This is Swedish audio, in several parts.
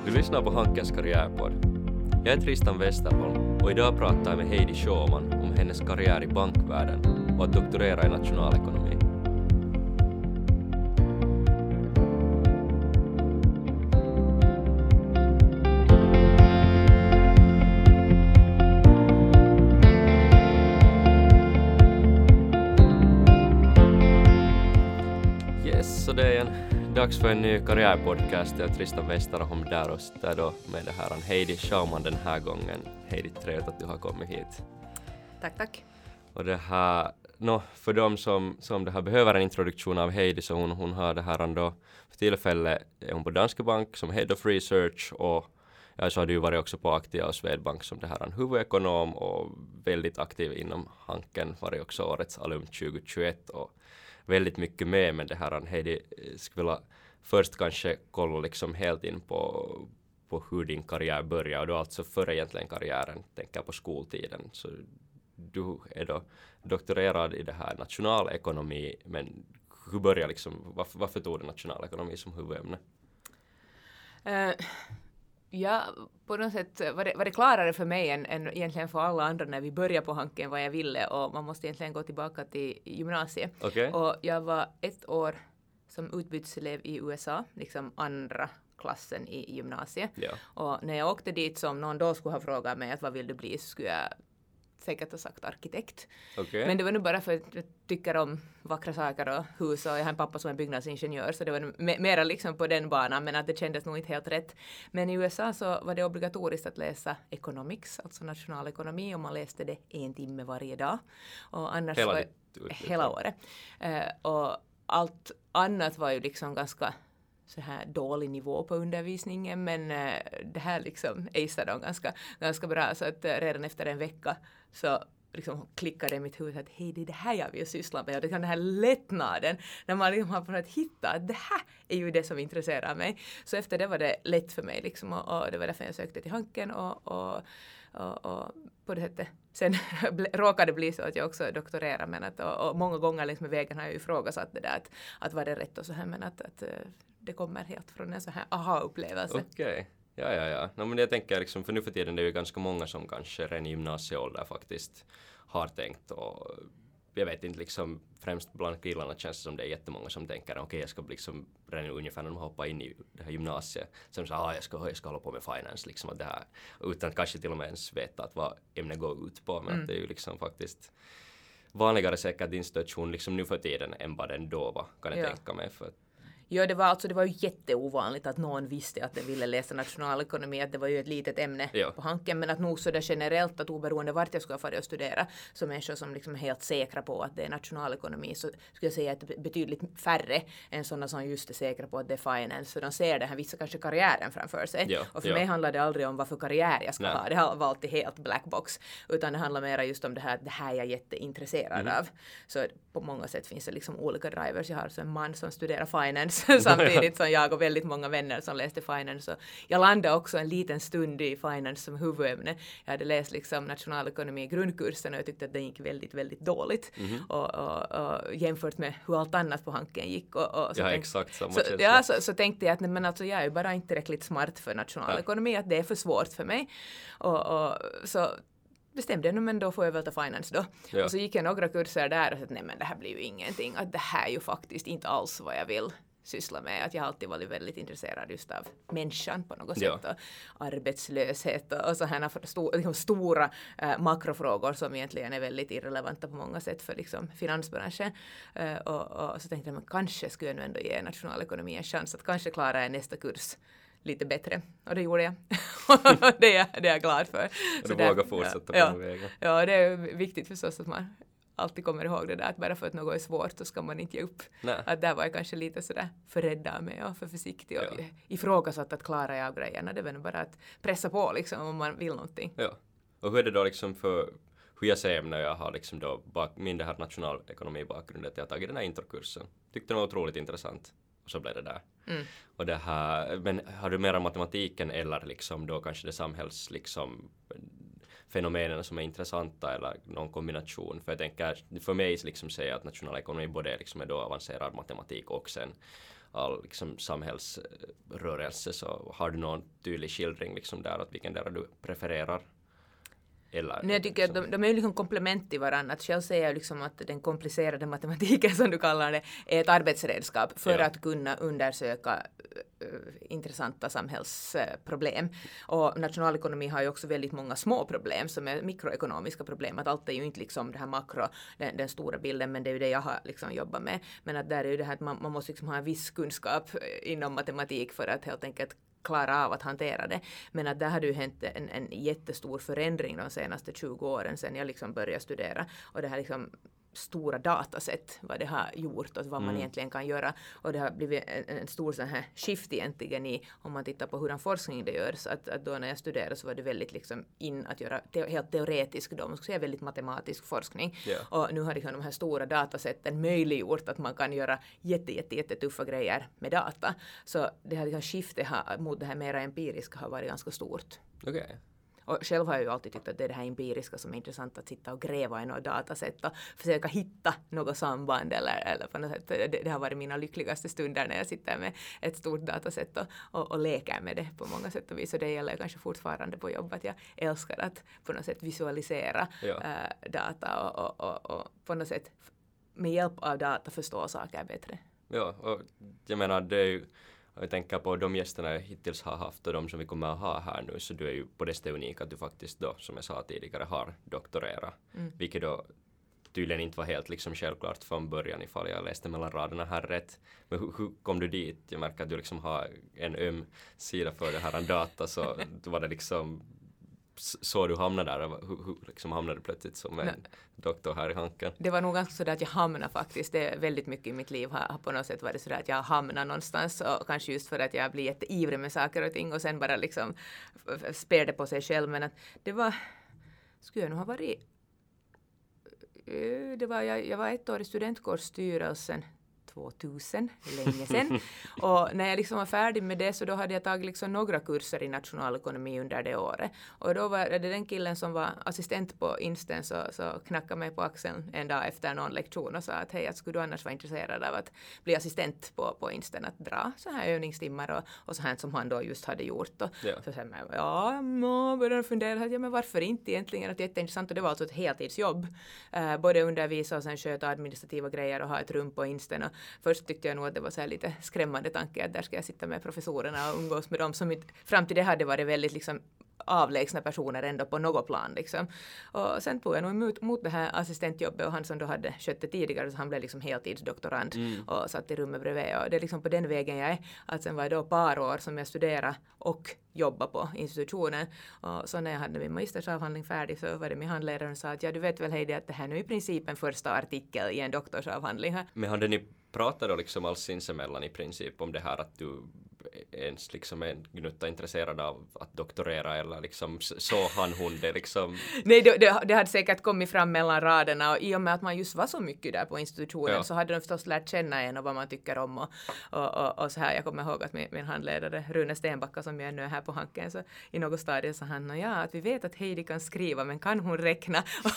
Du lyssnar på Hankens karriärpodd. Jag är Tristan Westerholm och idag pratar jag med Heidi Schauman om hennes karriär i bankvärlden och att doktorera i nationalekonomi. Så det är dags för en ny karriärpodcast. Jag är Tristan Westerholm där och sitter då med det här Heidi Schauman den här gången. Heidi, trevligt att du har kommit hit. Tack. Och det här, för de som det här behöver en introduktion av Heidi, så hon har det här ändå för tillfället är hon på Danske Bank som Head of Research och så har du varit också på Aktia och Swedbank som det här en huvudekonom och väldigt aktiv inom Hanken, var också årets alum 2021 och väldigt mycket med, men det här Heidi skulle vilja först kanske kolla liksom helt in på hur din karriär börjar, och då alltså före egentligen karriären, tänker på skoltiden. Så du är då doktorerad i det här nationalekonomi, men hur börjar liksom, varför tog du nationalekonomi som huvudämne? Ja, på något sätt var det klarare för mig än egentligen för alla andra när vi började på Hanken vad jag ville, och man måste egentligen gå tillbaka till gymnasiet. Okay. Och jag var ett år som utbyteselev i USA, liksom andra klassen i gymnasiet. Yeah. Och när jag åkte dit, som någon då skulle ha frågat mig att vad vill du bli, så skulle jag säkert ha sagt arkitekt. Okay. Men det var nu bara för att jag tycker om vackra saker och hus, och jag har en pappa som är byggnadsingenjör, så det var mera liksom på den banan, men att det kändes nog inte helt rätt. Men i USA så var det obligatoriskt att läsa economics, alltså nationalekonomi, och man läste det 1 timme varje dag. Och annars hela året. Och allt annat var ju liksom ganska så här dålig nivå på undervisningen, men det här liksom aceade de ganska bra, så att redan efter en vecka så liksom klickade i mitt huvud att hej, det är det här jag vill syssla med, och det kan den här lättnaden när man liksom har på att hitta att det här är ju det som intresserar mig. Så efter det var det lätt för mig liksom, och det var därför jag sökte till Hanken och på det sättet. Sen råkade det bli så att jag också doktorerade, men och många gånger längs med vägen har jag ju ifrågasatt det där att var det rätt och så här, men att det kommer helt från en så här aha-upplevelse. Okej. Ja. Men jag tänker liksom, för nu för tiden det är ju ganska många som kanske redan i gymnasieålder faktiskt har tänkt, och jag vet inte, liksom främst bland killarna känns det som det är jättemånga som tänker okej, jag ska liksom redan ungefär när de hoppar in i det här gymnasiet som säger jag ska hålla på med finance liksom, att det här, utan att kanske till och med ens veta att vad ämnet går ut på, men att det är ju liksom faktiskt vanligare säkert din situation liksom nu för tiden än vad den då var, kan jag tänka mig. För ja, det var ju jätteovanligt att någon visste att den ville läsa nationalekonomi, att det var ju ett litet ämne på Hanken, men att nog så det generellt, att oberoende vart jag skulle få det att studera, så människor som liksom är helt säkra på att det är nationalekonomi, så skulle jag säga att det är betydligt färre än sådana som just är säkra på att det är finance, för de ser det här, vissa kanske karriären framför sig, och för mig handlar det aldrig om vad för karriär jag ska ha, det har alltid helt black box, utan det handlar mer just om det här jag är jätteintresserad av. Så på många sätt finns det liksom olika drivers. Jag har så en man som studerar finance samtidigt som jag och väldigt många vänner som läste finance. Och jag landade också en liten stund i finance som huvudämne. Jag hade läst liksom nationalekonomi i grundkursen och jag tyckte att det gick väldigt, väldigt dåligt. Och jämfört med hur allt annat på Hanken gick. Och så exakt samma känsla. Så tänkte jag att men alltså, jag är bara inte tillräckligt smart för nationalekonomi, att det är för svårt för mig. Och så bestämde jag nu, men då får jag väl ta finance då. Ja. Och så gick jag några kurser där och sa att nej, men det här blir ju ingenting. Att det här är ju faktiskt inte alls vad jag vill syssla med. Att jag alltid varit väldigt intresserad just av människan på något sätt. Och arbetslöshet och så här stora makrofrågor som egentligen är väldigt irrelevanta på många sätt för liksom finansbranschen. Och så tänkte jag, men kanske skulle jag nu ändå ge nationalekonomi en chans att kanske klara nästa kurs lite bättre. Och det gjorde jag. det är jag glad för. Och du vågar fortsätta på den vägen. Ja, det är viktigt förstås att man alltid kommer ihåg det där, att bara för att något är svårt så ska man inte ge upp. Nej. Att där var jag kanske lite sådär för rädd av mig och för försiktig och ifrågasatt att klara jag av grejerna. Det var bara att pressa på liksom om man vill någonting. Ja. Och hur är det då liksom för hur jag ser när jag har liksom då min det här nationalekonomi-bakgrund, att jag har tagit den här introkursen. Tyckte det var otroligt intressant. Och så blev det där. Och det här, men har du mer matematiken eller liksom då kanske det samhälls liksom fenomenen som är intressanta eller någon kombination? För jag tänker, för mig liksom säga att nationalekonomi både liksom är då avancerad matematik och sen all liksom samhällsrörelse, så har du någon tydlig skildring liksom där att vilken där du prefererar? Eller, nej, jag tycker att de är liksom komplement till varandra. Själv säger jag liksom att den komplicerade matematiken som du kallar det är ett arbetsredskap för att kunna undersöka intressanta samhällsproblem. Och nationalekonomi har ju också väldigt många små problem som är mikroekonomiska problem. Att allt är ju inte liksom det här makro, den stora bilden, men det är ju det jag har liksom jobbat med. Men att där är ju det här att man måste liksom ha en viss kunskap inom matematik för att helt enkelt klara av att hantera det. Men att där har det ju hänt en jättestor förändring de senaste 20 åren sedan jag liksom började studera. Och det här liksom stora datasätt, vad det har gjort och vad man egentligen kan göra. Och det har blivit en stor sån här shift egentligen i, om man tittar på hur en forskning det görs. Att då när jag studerade så var det väldigt liksom in att göra helt teoretisk, då man ska säga väldigt matematisk forskning. Yeah. Och nu har liksom de här stora datasätten möjliggjort att man kan göra jättetuffa grejer med data. Så det här liksom skiftet mot det här mera empiriska har varit ganska stort. Okay. Och själv har jag ju alltid tyckt att det är det här empiriska som är intressant, att sitta och gräva i något datasätt och försöka hitta något samband eller på något sätt. Det har varit mina lyckligaste stunder när jag sitter med ett stort datasätt och leker med det på många sätt och vis. Och det gäller kanske fortfarande på jobb att jag älskar att på något sätt visualisera data och på något sätt med hjälp av data förstå saker bättre. Ja, och jag menar det är ju, jag tänker på de gästerna jag hittills har haft och de som vi kommer att ha här nu, så du är ju på det sättet unik att du faktiskt då, som jag sa tidigare, har doktorerat. Vilket då tydligen inte var helt liksom självklart från början ifall jag läste mellan raderna här rätt. Men hur kom du dit? Jag märker att du liksom har en sida för det här data, så var det liksom så du hamnade där? Hur liksom hamnade du plötsligt som en doktor här i Hanken? Det var nog ganska sådär att jag hamnade faktiskt. Det är väldigt mycket i mitt liv har på något sätt varit sådär att jag hamnar någonstans, och kanske just för att jag blir jätteivrig med saker och ting och sen bara liksom spär det på sig själv. Men att det var, skulle jag nog ha varit, jag var ett år i studentkårsstyrelsen 2000, länge sedan. Och när jag liksom var färdig med det, så då hade jag tagit liksom några kurser i nationalekonomi under det året. Och då var det den killen som var assistent på Insten så knackade mig på axeln en dag efter någon lektion och sa att hej, att skulle du annars vara intresserad av att bli assistent på Insten, att dra så här övningstimmar och så här som han då just hade gjort. Och så sa jag, började fundera, ja men varför inte egentligen, att det är jätteintressant. Och det var alltså ett heltidsjobb. Både undervisa och sen sköta administrativa grejer och ha ett rum på Insten. Först tyckte jag nog att det var så här lite skrämmande tanke att där ska jag sitta med professorerna och umgås med dem som fram till det hade varit väldigt liksom avlägsna personer ändå på något plan liksom. Och sen tog jag nog emot det här assistentjobbet, och han som då hade skött det tidigare, så han blev liksom heltidsdoktorand och satt i rummet bredvid, och det är liksom på den vägen jag är. Att sen var det då par år som jag studerade och jobba på institutionen, och så när jag hade min magistersavhandling färdig så var det min handledare och sa att ja, du vet väl Heidi att det här nu är i princip en första artikel i en doktorsavhandling här. Men hade ni pratat då liksom alls sinsemellan i princip om det här att du ens liksom är gnutta intresserad av att doktorera, eller liksom så hon det liksom? Nej, det hade säkert kommit fram mellan raderna, och i och med att man just var så mycket där på institutionen så hade de förstås lärt känna en och vad man tycker om och så här. Jag kommer ihåg att min handledare Rune Stenbacka, som jag ännu är här på Hanken, så i något stadie sa han att vi vet att Heidi kan skriva, men kan hon räkna?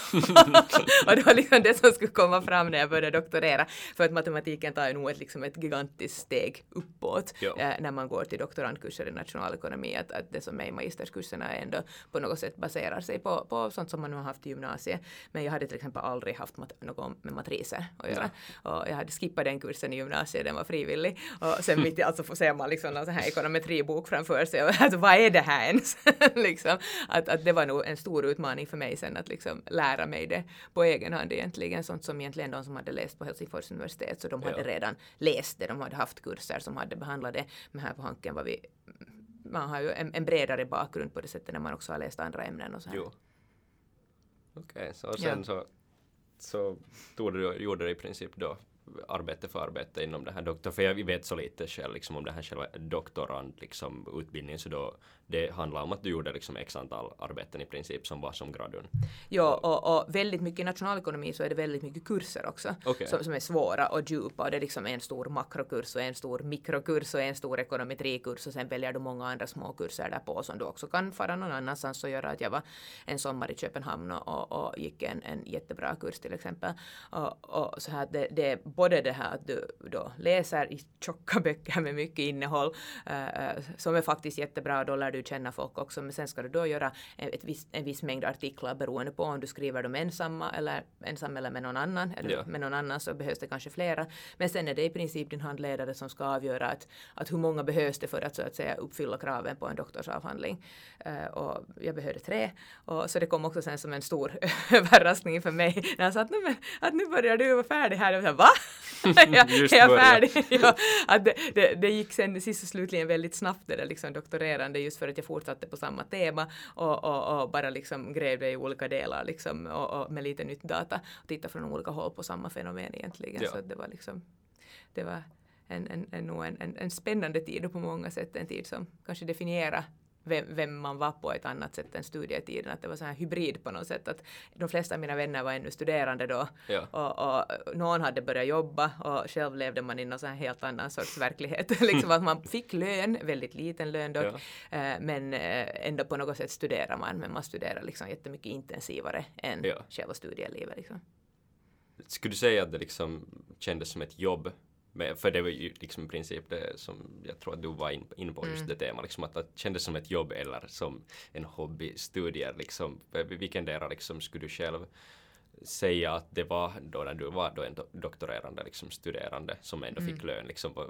Och det var liksom det som skulle komma fram när jag började doktorera, för att matematiken tar ju nog ett gigantiskt steg uppåt när man går till doktorandkurser i nationalekonomi, att det som är i magisterskurserna ändå på något sätt baserar sig på sånt som man har haft i gymnasiet. Men jag hade till exempel aldrig haft något med matriser att göra. Och jag hade skippat den kursen i gymnasiet, den var frivillig. Och sen mitt i allt så får se man liksom någon sån här ekonometribok framför sig. Och alltså, vad är det här ens? liksom, att det var nog en stor utmaning för mig sen att liksom lära mig det på egen hand egentligen. Sånt som egentligen de som hade läst på Helsingfors universitet, så de hade redan läst det. De hade haft kurser som hade behandlat det. Men här på Hanken var man har ju en bredare bakgrund på det sättet när man också har läst andra ämnen och så här. Jo. Okej, så sen så gjorde du i princip då arbete för arbete inom det här doktor, för jag vet så lite själv liksom om det här själva doktorand liksom utbildningen, så då det handlar om att du gjorde liksom x antal arbeten i princip som var som gradun. Ja, och väldigt mycket i nationalekonomi så är det väldigt mycket kurser också som är svåra och djupa, och det är liksom en stor makrokurs och en stor mikrokurs och en stor ekonometrikurs, och sen väljer du många andra små kurser där på som du också kan fara någon annanstans och göra. Att jag var en sommar i Köpenhamn och gick en jättebra kurs till exempel, och så här det är både det här att du då läser i tjocka böcker med mycket innehåll som är faktiskt jättebra, då lär du känna folk också, men sen ska du då göra en viss mängd artiklar beroende på om du skriver dem ensam eller med någon annan, eller med någon annan så behövs det kanske flera, men sen är det i princip din handledare som ska avgöra att hur många behövs det för att så att säga uppfylla kraven på en doktorsavhandling, och jag behövde 3, och så det kom också sen som en stor överraskning för mig när han sa att nu börjar du vara färdig här, och jag sa, va? Är jag färdig? Ja, att det gick sen sist och slutligen väldigt snabbt det där liksom doktorerande, just för att jag fortsatte på samma tema och bara liksom grävde i olika delar liksom, och med lite nytt data och tittade från olika håll på samma fenomen egentligen. Ja. Så det var liksom, det var en spännande tid och på många sätt en tid som kanske definierar vem man var på ett annat sätt än studietiden. Att det var så här hybrid på något sätt. Att de flesta av mina vänner var ännu studerande då. Ja. Och någon hade börjat jobba och själv levde man i någon så här helt annan sorts verklighet. Liksom att man fick lön, väldigt liten lön dock. Ja. Men ändå på något sätt studerar man. Men man studerar liksom jättemycket intensivare än själva studielivet. Liksom. Skulle du säga att det liksom kändes som ett jobb? För det var ju liksom i princip det som jag tror att du var in på just det tema, liksom att det kändes som ett jobb eller som en hobbystudier. Liksom. Vilken del liksom skulle du själv säga att det var då när du var då en doktorerande liksom, studerande som ändå fick lön? Liksom, vad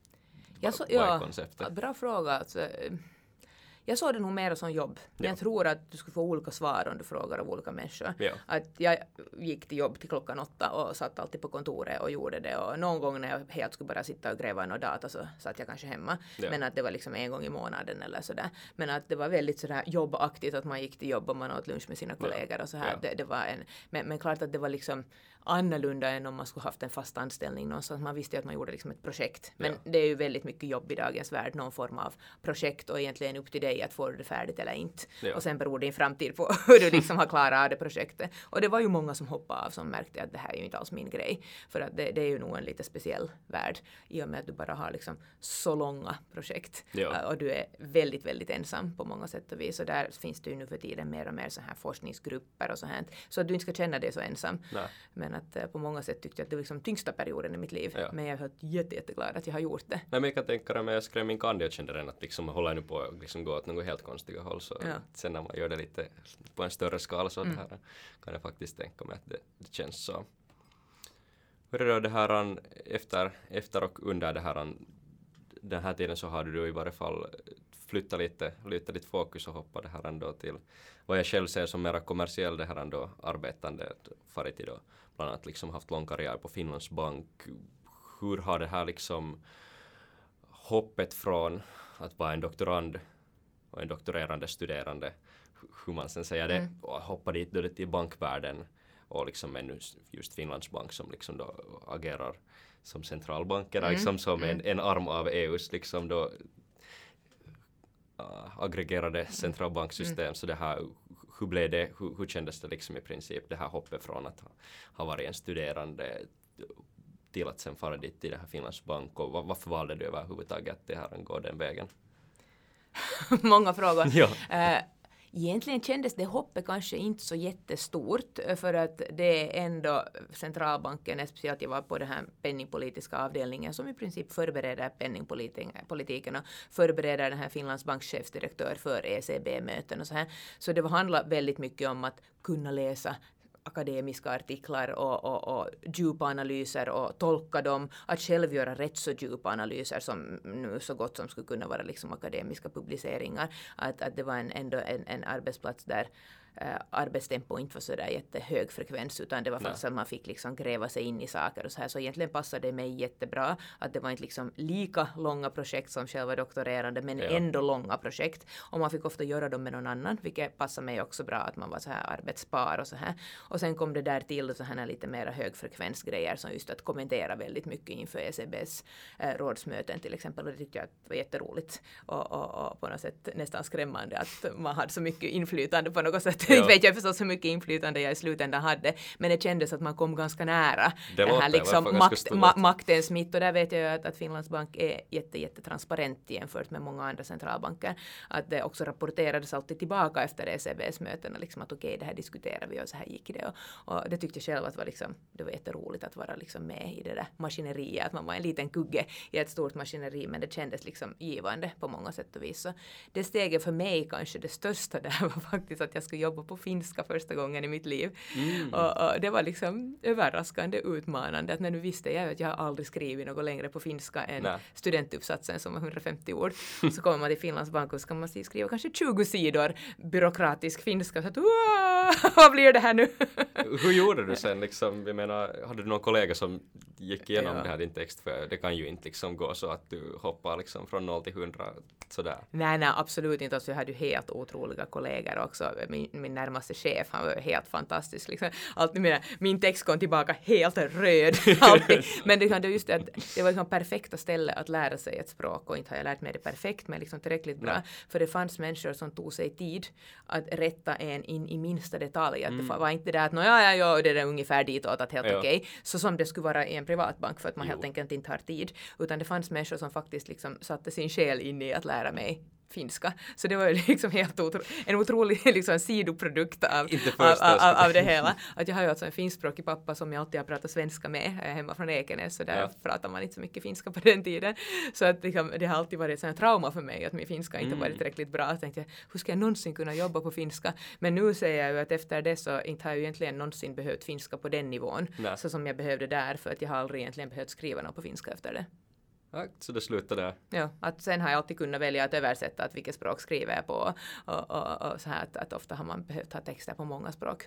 är konceptet? Bra fråga. Alltså, jag såg det nog mer som jobb. Ja. Jag tror att du skulle få olika svar om du frågar av olika människor. Ja. Att jag gick till jobb till 8:00 och satt alltid på kontoret och gjorde det. Och någon gång när jag helt skulle bara sitta och gräva i någon data så satt jag kanske hemma. Ja. Men att det var liksom en gång i månaden eller sådär. Men att det var väldigt sådär jobbaktigt att man gick till jobb och man åt lunch med sina kollegor och så här. Ja. Det var men klart att det var liksom annorlunda än om man skulle haft en fast anställning någonstans. Man visste ju att man gjorde liksom ett projekt. Men det är ju väldigt mycket jobb i dagens värld. Någon form av projekt och egentligen upp till dig att få det färdigt eller inte. Ja. Och sen beror din framtid på hur du liksom har klarat av det projektet. Och det var ju många som hoppade av som märkte att det här är ju inte alls min grej. För att det är ju nog en lite speciell värld i och med att du bara har liksom så långa projekt. Ja. Och du är väldigt, väldigt ensam på många sätt och vis. Och där finns det ju nu för tiden mer och mer så här forskningsgrupper och så här. Så att du inte ska känna dig så ensam. Nej. Men att på många sätt tyckte jag att det var liksom tyngsta perioden i mitt liv. Ja. Men jag är helt jätteglad att jag har gjort det. Nej, men jag kan tänka mig, jag skrev min kandi och kände redan att liksom håller nu på att liksom gå åt något helt konstiga håll. Så sen när man gör det lite på en större skala så det här kan jag faktiskt tänka mig att det känns så. Hur är det här efter och under den här tiden så har du i varje fall flyttat lite ditt fokus och hoppat det här ändå till vad jag själv ser som mera kommersiell det här ändå arbetande farit i då. Bland annat liksom haft lång karriär på Finlands bank. Hur har det här liksom hoppet från att vara en doktorand och en doktorerande studerande, hur man sen säger det, och hoppa dit då till bankvärlden och liksom ännu just Finlands bank som liksom då agerar som centralbankerna liksom som en arm av EUs liksom då aggregerade centralbanksystem. Så det här, hur blev det, hur kändes det liksom i princip det här hoppet från att ha varit en studerande till att sen fara dit till det här Finlands bank, och varför valde du överhuvudtaget att det här går den vägen? Många frågor. Ja. Egentligen kändes det hoppet kanske inte så jättestort, för att det är ändå centralbanken, speciellt jag var på den här penningpolitiska avdelningen som i princip förbereder penningpolitiken och förbereder den här Finlands banks chefsdirektör för ECB-möten och så här. Så det handlar väldigt mycket om att kunna läsa akademiska artiklar och djupa analyser och tolka dem, att själv göra rätt så djupa analyser som nu så gott som skulle kunna vara liksom akademiska publiceringar. Att det var ändå en arbetsplats där arbetstempo inte var så där jättehög frekvens, utan det var faktiskt att man fick liksom gräva sig in i saker och så här. Så egentligen passade det mig jättebra att det var inte liksom lika långa projekt som själva doktorerande, men ändå långa projekt. Och man fick ofta göra dem med någon annan, vilket passade mig också bra, att man var så här arbetspar och så här. Och sen kom det där till så här lite mer högfrekvensgrejer som just att kommentera väldigt mycket inför ECBs rådsmöten till exempel. Och det tyckte jag var jätteroligt och på något sätt nästan skrämmande att man hade så mycket inflytande på något sätt Inte vet jag förstås hur mycket inflytande jag i slutändan hade, men det kändes att man kom ganska nära Det den här låter liksom maktens mitt, och där vet jag ju att Finlands bank är jättetransparent jämfört med många andra centralbanker. Att det också rapporterades alltid tillbaka efter ECBs-mötena, liksom att okej, det här diskuterar vi och så här gick det. Och det tyckte jag själv att det var jätteroligt att vara liksom med i det där maskineriet, att man var en liten kugge i ett stort maskineri, men det kändes liksom givande på många sätt och vis. Så det steget för mig, kanske det största där, var faktiskt att jag skulle jobba på finska första gången i mitt liv. Och det var liksom överraskande utmanande, att när nu visste jag att jag har aldrig skrivit något längre på finska än studentuppsatsen som var 150 ord. Så kommer man till Finlands bank och så kan man skriva kanske 20 sidor byråkratisk finska. Så att, vad blir det här nu? Hur gjorde du sen liksom? Jag menar, hade du någon kollega som gick igenom det här din text? För det kan ju inte liksom gå så att du hoppar liksom från 0 till 100 sådär. Nej, absolut inte. Alltså, jag hade ju helt otroliga kollegor också. Min närmaste chef, han var helt fantastisk. Liksom. Min text kom tillbaka helt röd. Men det var just det att det var liksom perfekta ställe att lära sig ett språk, och inte har jag lärt mig det perfekt, men liksom tillräckligt bra. För det fanns människor som tog sig tid att rätta en in i minsta detalj. Att det var inte det att det är ungefär ditåt, att helt okej. Så som det skulle vara i en privatbank, för att man helt enkelt inte har tid. Utan det fanns människor som faktiskt liksom satte sin själ in i att lära mig finska. Så det var liksom helt en otrolig liksom sidoprodukt av det hela. Att jag har ju alltså en finskspråkig pappa som jag alltid har pratat svenska med. Jag är hemma från Ekenäs, så där pratar man inte så mycket finska på den tiden. Så att liksom, det har alltid varit ett trauma för mig att min finska inte varit tillräckligt bra. Jag tänkte, hur ska jag någonsin kunna jobba på finska? Men nu säger jag ju att efter det så inte har jag egentligen någonsin behövt finska på den nivån. Så som jag behövde där, för att jag har aldrig egentligen behövt skriva något på finska efter det. Ja, så det slutade där. Ja, att sen har jag alltid kunnat välja att översätta att vilket språk skriver jag på, och så här att ofta har man behövt ha texter på många språk.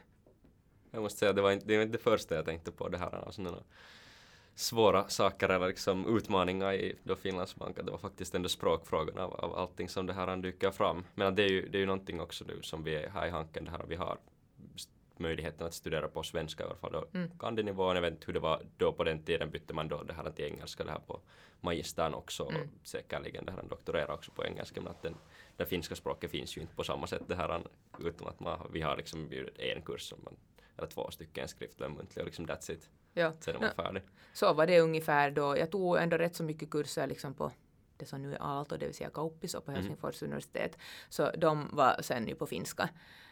Jag måste säga, det var inte det första jag tänkte på, det här alltså, svåra saker eller liksom utmaningar i Finlands bank. Det var faktiskt ändå språkfrågan av allting som det här dyker fram. Men det är ju någonting också nu som vi är här i Hanken, det här vi har möjligheten att studera på svenska i alla fall. Kan det nivån, jag vet inte hur det var då på den tiden, bytte man då det här till engelska, det här på magistern också, och säkerligen det här doktorera också på engelska, men att det finska språket finns ju inte på samma sätt det här, utan att vi har liksom en kurs eller 2 stycken skriftlig och muntlig, och liksom that's it. Ja. Sen är man färdig. Så var det ungefär då. Jag tog ändå rätt så mycket kurser liksom på det som nu är Aalto, det vill säga Kauppis, och på Helsingfors universitet. Så de var sen ju på finska.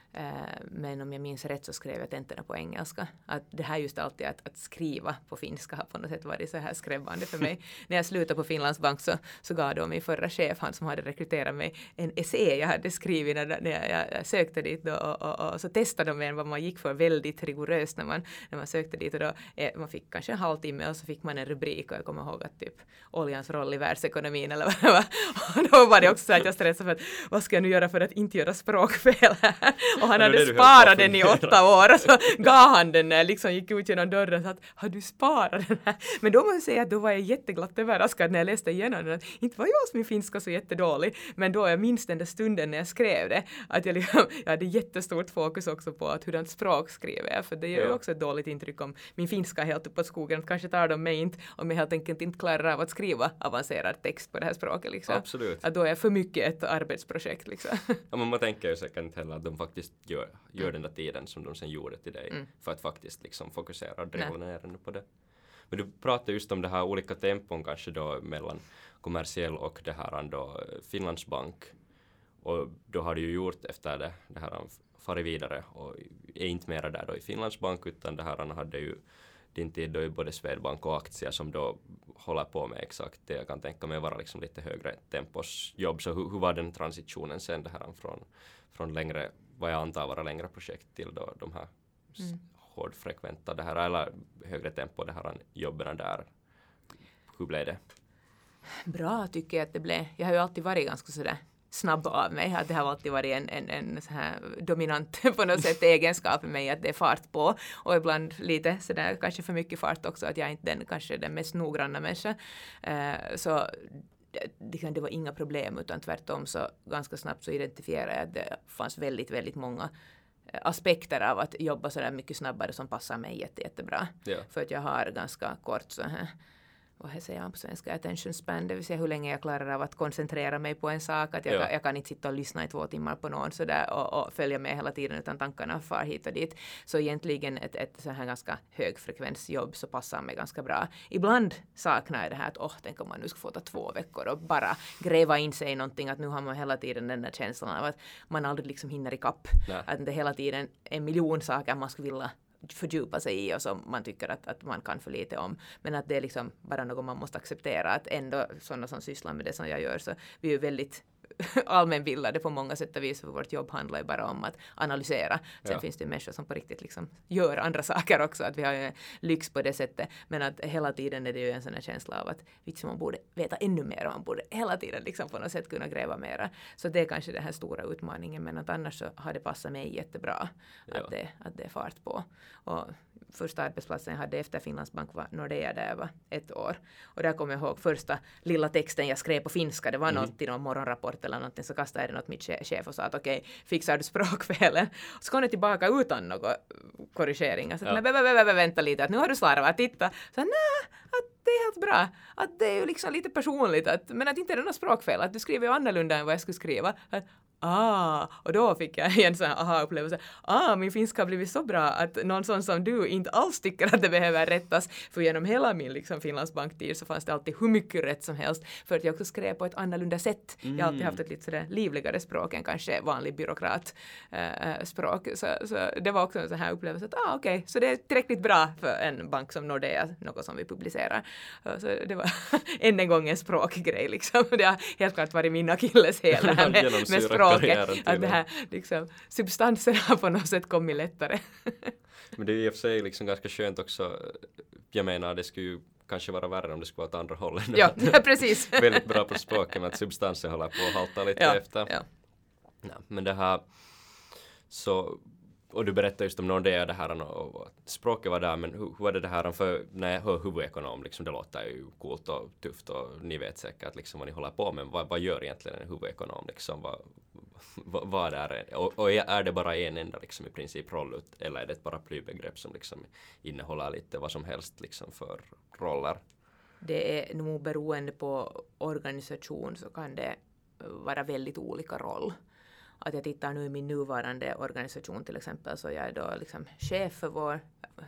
Men om jag minns rätt så skrev jag tentorna på engelska. Att det här just alltid att skriva på finska har på något sätt varit så här skrämmande för mig. När jag slutade på Finlands bank så gav då min förra chef, han som hade rekryterat mig, en essä jag hade skrivit när jag sökte dit då, och så testade de vad man gick för väldigt rigoröst när man sökte dit, och då man fick kanske en halvtimme och så fick man en rubrik, och jag kommer ihåg att typ oljans roll i världsekonomin eller vad. Och då var det också så att jag stressade för att vad ska jag nu göra för att inte göra språkfel här? Och han hade sparat den i 8 år, och så gav han den när jag liksom gick ut genom dörren, så att, har du sparat den här? Men då måste jag säga att då var jag jätteglatt överraskad när jag läste igenom den. Inte var jag som min finska så jättedålig, men då jag minns den där stunden när jag skrev det, att jag hade jättestort fokus också på att hurdant språk skriver jag, för det gör ju också ett dåligt intryck om min finska är helt uppåt skogen, att kanske tar de mig inte om jag helt enkelt inte klarar av att skriva avancerad text på det här språket. Liksom. Absolut. Att då är för mycket ett arbetsprojekt. Liksom. Ja, men man tänker ju säkert inte heller att de faktiskt gör den där tiden som de sen gjorde till dig för att faktiskt liksom fokusera och driva ner den på det. Men du pratade just om det här olika tempon kanske då mellan kommersiell och det här då Finlands bank, och då har du ju gjort efter det här farit vidare och är inte mera där då i Finlands bank, utan det här hade ju din tid då i både Swedbank och aktier som då håller på med exakt det jag kan tänka mig vara liksom lite högre tempos jobb. Så hur var den transitionen sen det här från längre, vad jag antar vara längre projekt till då de här hårdfrekventa det här, eller högre tempo det här jobben där? Hur blev det? Bra tycker jag att det blev. Jag har ju alltid varit ganska sådär snabb av mig. Att det har alltid varit en så här dominant på något sätt egenskap i mig, att det är fart på, och ibland lite sådär kanske för mycket fart också, att jag är inte kanske den mest noggranna människan. Så det var inga problem, utan tvärtom så ganska snabbt så identifierade jag att det fanns väldigt, väldigt många aspekter av att jobba sådär mycket snabbare som passar mig jättebra. Ja. För att jag har ganska kort så här, vad säger jag på svenska, attention span, det vill säga hur länge jag klarar av att koncentrera mig på en sak, att jag kan inte sitta och lyssna i 2 timmar på någon sådär och följa med hela tiden utan tankarna far hit och dit. Så egentligen ett så här ganska högfrekvensjobb så passar mig ganska bra. Ibland saknar jag det här att tänk om man nu ska få ta 2 veckor och bara gräva in sig i någonting, att nu har man hela tiden den där känslan av att man aldrig liksom hinner ikapp. Att det hela tiden är 1 miljon saker man skulle vilja fördjupa sig i och som man tycker att man kan för lite om. Men att det är liksom bara något man måste acceptera. Att ändå sådana som sysslar med det som jag gör, så vi är ju väldigt allmänbildade på många sätt och vis, för vårt jobb handlar ju bara om att analysera. Sen finns det människor som på riktigt liksom gör andra saker också, att vi har ju lyx på det sättet. Men att hela tiden är det ju en sån här känsla av att man borde veta ännu mer och man borde hela tiden liksom på något sätt kunna gräva mera. Så det är kanske den här stora utmaningen, men att annars så har det passat mig jättebra att det är fart på. Och första arbetsplatsen jag hade efter Finlandsbank var Nordea, där jag var 1 år. Och där kommer jag ihåg första lilla texten jag skrev på finska. Det var någon morgonrapport eller någonting, så kastade jag den åt mitt chef och sa att okej, fixar du språkfelen? Och så kom det tillbaka utan någon korrigering. Så att vänta lite, att nu har du slarvat, titta. Så att det är helt bra. Att det är ju liksom lite personligt, men att inte är det något språkfel. Att du skriver ju annorlunda än vad jag skulle skriva. Och då fick jag en sån här aha-upplevelse. Min finska har blivit så bra att någon sån som du inte alls tycker att det behöver rättas. För genom hela min liksom Finlandsbanktid så fanns det alltid hur mycket rätt som helst. För att jag också skrev på ett annorlunda sätt. Jag har alltid haft ett lite sådär livligare språk än kanske vanlig byråkratspråk. Så det var också en sån här upplevelse att okej, så det är tillräckligt bra för en bank som Nordea, något som vi publicerar. Så det var än en gång en språkgrej liksom. Det har helt klart varit min akilleshäl med språk. Att det här liksom, substansen har på något sätt kommit lättare. Men det är i och för sig liksom ganska skönt också. Jag menar, det skulle ju kanske vara värre om det skulle vara åt andra hållet. Ja, precis. Väldigt bra på språket, men att substansen håller på att halta lite efter. Ja. Men det här så, och du berättade just om Nordea det här och språket var där, men hur var det här för när jag hör huvudekonom, liksom, det låter ju coolt och tufft och ni vet säkert liksom vad ni håller på med, vad gör egentligen en huvudekonom liksom, vad är det, och är det bara en enda liksom i princip roll, eller är det ett paraplybegrepp som liksom innehåller lite vad som helst liksom för roller? Det är nog beroende på organisation, så kan det vara väldigt olika roll. Att jag tittar nu i min nuvarande organisation till exempel, så jag är då liksom chef för vår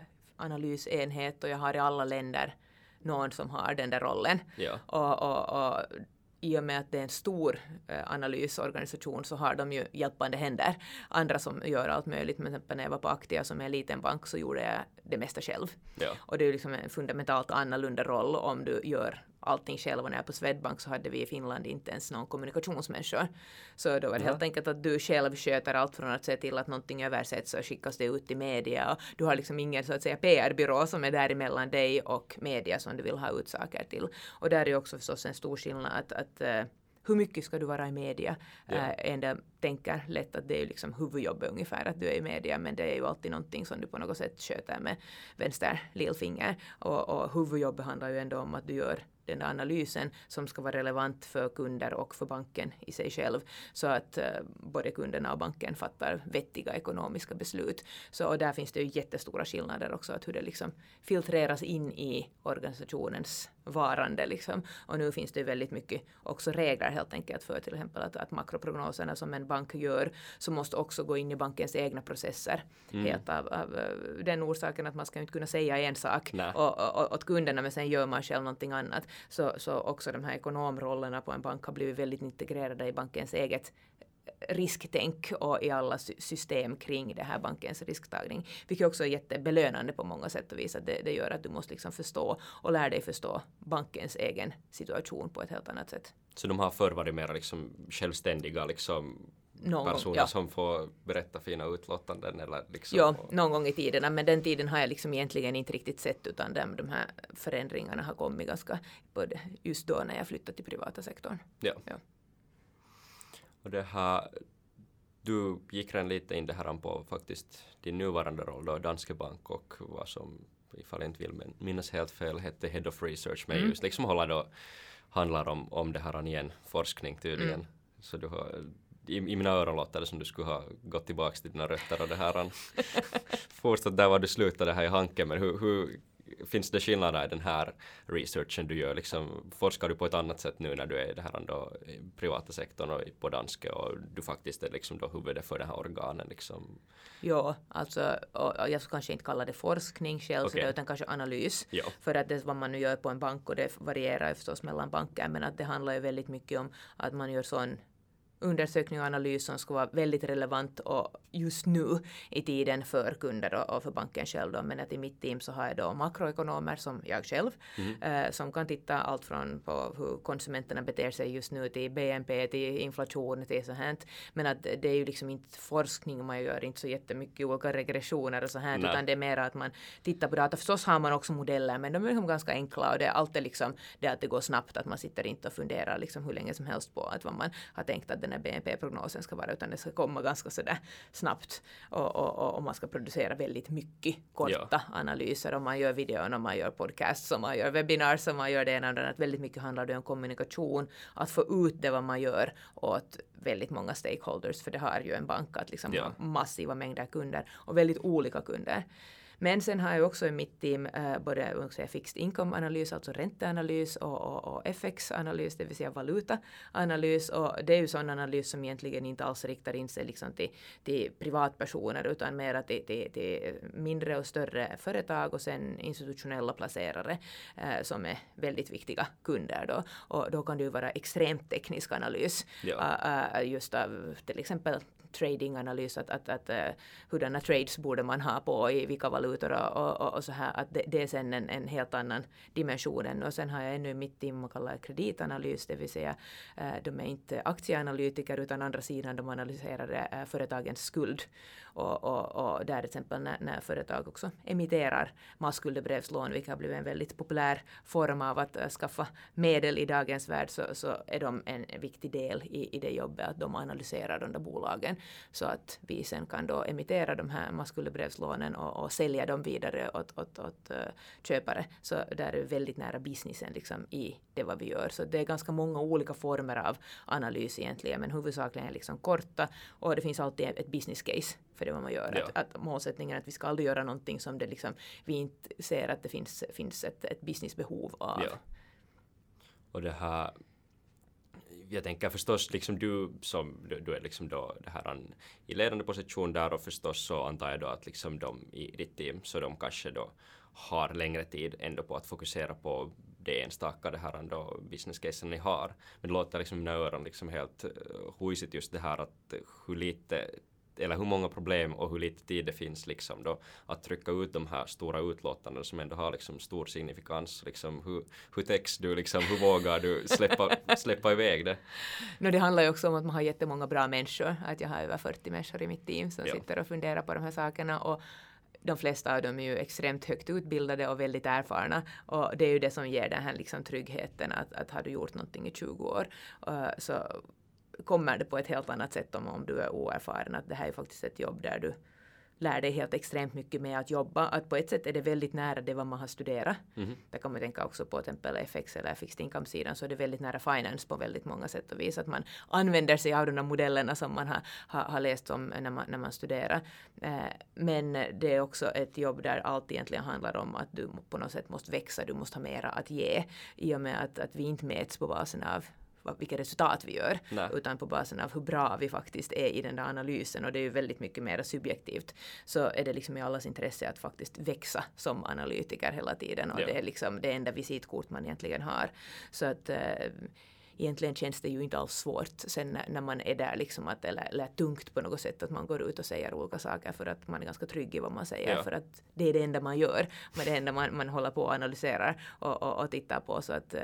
analysenhet och jag har i alla länder någon som har den där rollen. Ja. Och i och med att det är en stor analysorganisation så har de ju hjälpande händer. Andra som gör allt möjligt. Men till exempel när jag var på Aktia som är en liten bank så gjorde jag det mesta själv. Ja. Och det är ju liksom en fundamentalt annorlunda roll om du gör allting själv. Och när jag på Swedbank så hade vi i Finland inte ens någon kommunikationsmänniska. Så då var det helt enkelt att du själv sköter allt från att se till att någonting översätts och skickas det ut i media. Och du har liksom ingen så att säga PR-byrå som är där emellan dig och media som du vill ha ut saker till. Och där är också förstås en stor skillnad att hur mycket ska du vara i media? Ändå tänker lätt att det är liksom huvudjobbet ungefär att du är i media, men det är ju alltid någonting som du på något sätt sköter med vänster lillfinger. Och huvudjobbet handlar ju ändå om att du gör den där analysen som ska vara relevant för kunder och för banken i sig själv, så att både kunderna och banken fattar vettiga ekonomiska beslut. Så och där finns det ju jättestora skillnader också, att hur det liksom filtreras in i organisationens varande liksom. Och nu finns det väldigt mycket också regler helt enkelt för till exempel att makroprognoserna som en bank gör så måste också gå in i bankens egna processer. Helt av den orsaken att man ska inte kunna säga en sak åt kunderna, men sen gör man själv någonting annat. Så också de här ekonomrollerna på en bank har blivit väldigt integrerade i bankens eget risktänk och i alla system kring det här bankens risktagning. Vilket också är jättebelönande på många sätt och vis. Att det gör att du måste liksom förstå och lära dig förstå bankens egen situation på ett helt annat sätt. Så de har förr varit mer liksom självständiga liksom personer som får berätta fina utlåtanden eller liksom? Ja, någon gång i tiden, men den tiden har jag liksom egentligen inte riktigt sett, utan de här förändringarna har kommit ganska både just då när jag flyttade till privata sektorn. Ja. Och det här, du gick redan lite in det här på faktiskt din nuvarande roll då, Danske Bank, och vad som, ifall jag inte vill minnas helt fel, hette Head of Research, men just liksom handlar om det här igen, forskning tydligen. Så du har, i mina öron låter det som du skulle ha gått tillbaka till dina rötter och det här fortsatt där var du slutade här i Hanken, men hur finns det skillnader i den här researchen du gör? Liksom, forskar du på ett annat sätt nu när du är i det här då, i privata sektorn och på Danske och du faktiskt är liksom då huvudet för den här organen? Liksom? Ja, alltså och jag ska kanske inte kalla det forskning själv utan kanske analys. Ja. För att det vad man nu gör på en bank och det varierar förstås mellan banker, men att det handlar ju väldigt mycket om att man gör sån undersökning och analys som ska vara väldigt relevant och just nu i tiden för kunder och för banken själv då. Men att i mitt team så har jag då makroekonomer som jag själv som kan titta allt från på hur konsumenterna beter sig just nu till BNP, till inflation, till så här. Men att det är ju liksom inte forskning, man gör inte så jättemycket olika regressioner och så här, utan det är mer att man tittar på data. Förstås har man också modeller, men de är liksom ganska enkla och det är alltid liksom det att det går snabbt, att man sitter inte och funderar liksom hur länge som helst på att vad man har tänkt att den här BNP-prognosen ska vara, utan det ska komma ganska sådär snabbt och man ska producera väldigt mycket korta analyser, och man gör videon och man gör podcasts och man gör webinars och man gör det ena och det andra. Väldigt mycket handlar det om kommunikation, att få ut det vad man gör åt väldigt många stakeholders, för det har ju en bank att liksom ha massiva mängder kunder och väldigt olika kunder. Men sen har jag också i mitt team både fixed income-analys, alltså ränteanalys och FX-analys, det vill säga valutaanalys. Och det är ju sån analys som egentligen inte alls riktar in sig liksom till privatpersoner, utan mer till mindre och större företag och sen institutionella placerare som är väldigt viktiga kunder då. Och då kan det ju vara extremt teknisk analys just av till exempel tradinganalys, att hurdana trades borde man ha på i vilka valutor och så här, att det är sen en helt annan dimension. Och sen har jag ännu mitt team man kallar kreditanalys, det vill säga de är inte aktieanalytiker utan andra sidan de analyserar företagens skuld och där till exempel när företag också emitterar masskuldebrevslån, vilket har blivit en väldigt populär form av att skaffa medel i dagens värld, så är de en viktig del i det jobbet, att de analyserar de där bolagen så att vi sen kan då emittera de här masskuldebrevslånen och sälja dem vidare åt köpare. Så där är väldigt nära businessen liksom i det vad vi gör. Så det är ganska många olika former av analys egentligen, men huvudsakligen liksom korta, och det finns alltid ett business case för det vad man gör. Att målsättningen är att vi ska aldrig göra någonting som det liksom, vi inte ser att det finns ett businessbehov av. Ja. Och det här, jag tänker förstås liksom du är liksom då det här i ledande position där, och förstås så antar jag då att liksom de i ditt team, så de kanske då har längre tid ändå på att fokusera på det enstaka det här ändå business-casen ni har. Men det låter liksom i mina öron liksom helt huisigt just det här att hur lite eller hur många problem och hur lite tid det finns liksom då att trycka ut de här stora utlåtandena som ändå har liksom stor signifikans. Liksom hur täcks du liksom, hur vågar du släppa iväg det? Det handlar ju också om att man har jättemånga bra människor. Att jag har över 40 människor i mitt team som sitter och funderar på de här sakerna, och de flesta av dem är ju extremt högt utbildade och väldigt erfarna, och det är ju det som ger den här liksom tryggheten att har du gjort någonting i 20 år så kommer det på ett helt annat sätt om du är oerfaren, att det här är faktiskt ett jobb där du lär dig helt extremt mycket med att jobba, att på ett sätt är det väldigt nära det vad man har studerat. Där kan man tänka också på till exempel FX eller fixed income-sidan, så är det väldigt nära finance på väldigt många sätt och vis, att man använder sig av de här modellerna som man har läst om när man studerar. Men det är också ett jobb där allt egentligen handlar om att du på något sätt måste växa, du måste ha mera att ge, i och med att vi inte mäts på basen av vilka resultat vi gör, utan på basen av hur bra vi faktiskt är i den där analysen, och det är ju väldigt mycket mer subjektivt. Så är det liksom i allas intresse att faktiskt växa som analytiker hela tiden, och det är liksom det enda visitkort man egentligen har. Så att egentligen känns det ju inte alls svårt sen när man är där liksom att, eller tungt på något sätt att man går ut och säger olika saker, för att man är ganska trygg i vad man säger, för att det är det enda man gör, men det enda man håller på och analyserar och tittar på, så att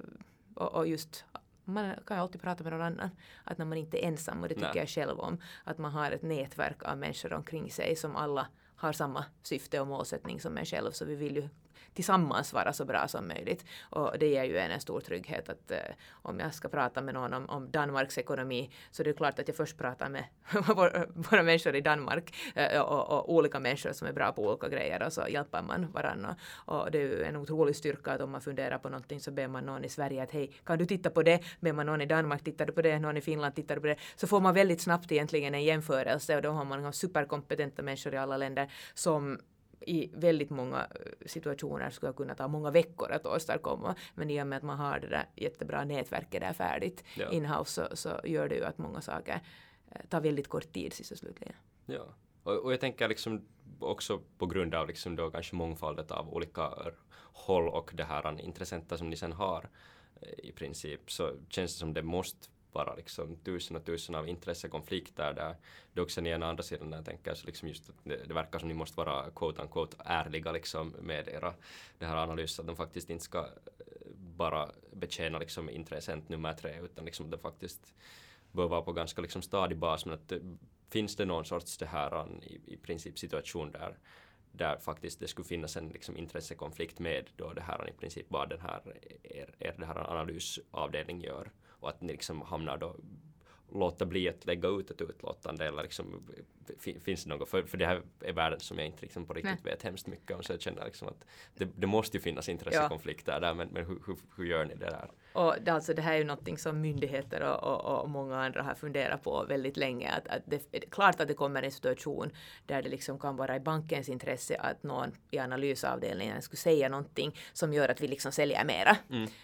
och just man kan ju alltid prata med någon annan, att när man inte är ensam, och det tycker jag själv om, att man har ett nätverk av människor omkring sig som alla har samma syfte och målsättning som en själv, så vi vill ju tillsammans vara så bra som möjligt, och det ger ju en stor trygghet att om jag ska prata med någon om Danmarks ekonomi, så det är klart att jag först pratar med våra människor i Danmark och olika människor som är bra på olika grejer, och så hjälper man varandra, och det är ju en otrolig styrka att om man funderar på någonting så ber man någon i Sverige att hej, kan du titta på det? Ber man någon i Danmark, tittar du på det? Någon i Finland, tittar du på det? Så får man väldigt snabbt egentligen en jämförelse, och då har man superkompetenta människor i alla länder som i väldigt många situationer skulle kunna ta många veckor att åstadkomma. Men i och med att man har det där jättebra nätverket där färdigt in-house så gör det ju att många saker tar väldigt kort tid sist och slutligen. Ja, och jag tänker liksom också på grund av liksom då kanske mångfaldet av olika håll och det här intressenter som ni sen har i princip, så känns det som det måste vara liksom tusen och tusen av intressekonflikter där det också är den andra sidan där jag tänker så liksom just att det verkar som ni måste vara quote unquote ärliga liksom med era det här analysen, att de faktiskt inte ska bara betjäna liksom intressent nummer 3 utan liksom det faktiskt bör vara på ganska liksom stadig bas, men att finns det någon sorts det här i princip situation där faktiskt det skulle finnas en liksom intressekonflikt med då det här i princip vad den här det här analysavdelning gör och att ni liksom hamnar då låta bli att lägga ut ett utlåtande eller liksom finns det något för det här är världen som jag inte liksom på riktigt vet hemskt mycket om, så jag känner liksom att det måste ju finnas intressekonflikter där, men hur gör ni det där? Och det här är ju någonting som myndigheter och många andra har funderat på väldigt länge. Att det är klart att det kommer en situation där det liksom kan vara i bankens intresse att någon i analysavdelningen skulle säga någonting som gör att vi liksom säljer mera.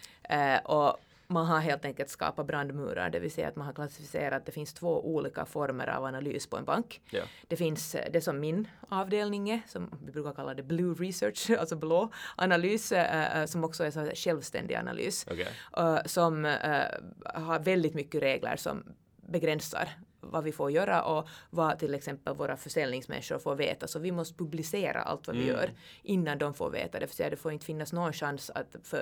Och man har helt enkelt skapat brandmurar, det vill säga att man har klassificerat att det finns 2 olika former av analys på en bank. Ja. Det finns det som min avdelning är, som vi brukar kalla det blue research, alltså blå analys, som också är så självständig analys, som har väldigt mycket regler som begränsar vad vi får göra och vad till exempel våra försäljningsmänniskor får veta. Så vi måste publicera allt vad vi gör innan de får veta det. För det får inte finnas någon chans att för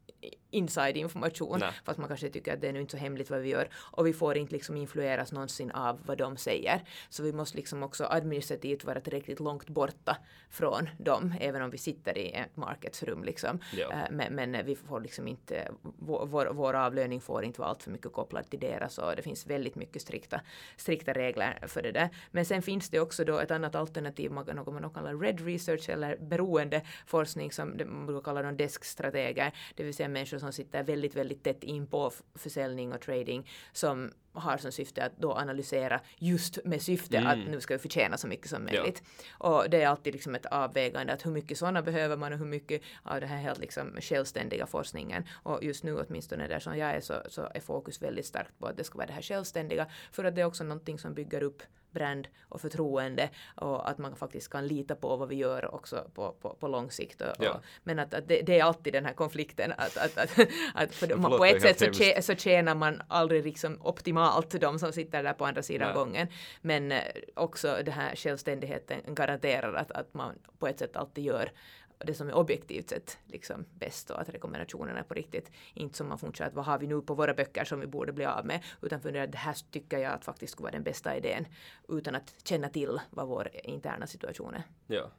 inside-information, fast man kanske tycker att det är nu inte så hemligt vad vi gör, och vi får inte liksom influeras någonsin av vad de säger. Så vi måste liksom också administrativt vara tillräckligt långt borta från dem, även om vi sitter i ett marketsrum liksom. Men vi får liksom inte, vår avlöning får inte vara allt för mycket kopplad till deras, och det finns väldigt mycket strikta regler för det där. Men sen finns det också då ett annat alternativ, något man kallar red research eller beroende forskning, som man brukar kalla de deskstrateger, det vill säga människor som sitter väldigt, väldigt tätt in på försäljning och trading, som har som syfte att då analysera just med syfte att nu ska vi förtjäna så mycket som möjligt. Och det är alltid liksom ett avvägande att hur mycket sådana behöver man och hur mycket av det här helt liksom självständiga forskningen. Och just nu åtminstone där som jag är så är fokus väldigt starkt på att det ska vara det här självständiga, för att det är också någonting som bygger upp brand och förtroende, och att man faktiskt kan lita på vad vi gör också på lång sikt. Men att det är alltid den här konflikten att på ett sätt så tjänar man aldrig liksom optimalt de som sitter där på andra sidan gången, men också den här självständigheten garanterar att man på ett sätt alltid gör det som är objektivt sett liksom bäst, och att rekommendationerna är på riktigt inte som man funderar att vad har vi nu på våra böcker som vi borde bli av med, utan funderar att det här tycker jag att faktiskt skulle vara den bästa idén, utan att känna till vad vår interna situation är. Ja,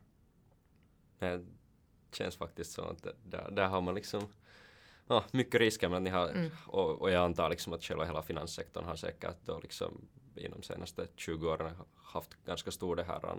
det känns faktiskt så att där har man liksom mycket risker, men ni har, och jag antar liksom att själva hela finanssektorn har säkert då liksom inom senaste 20 åren haft ganska stor det här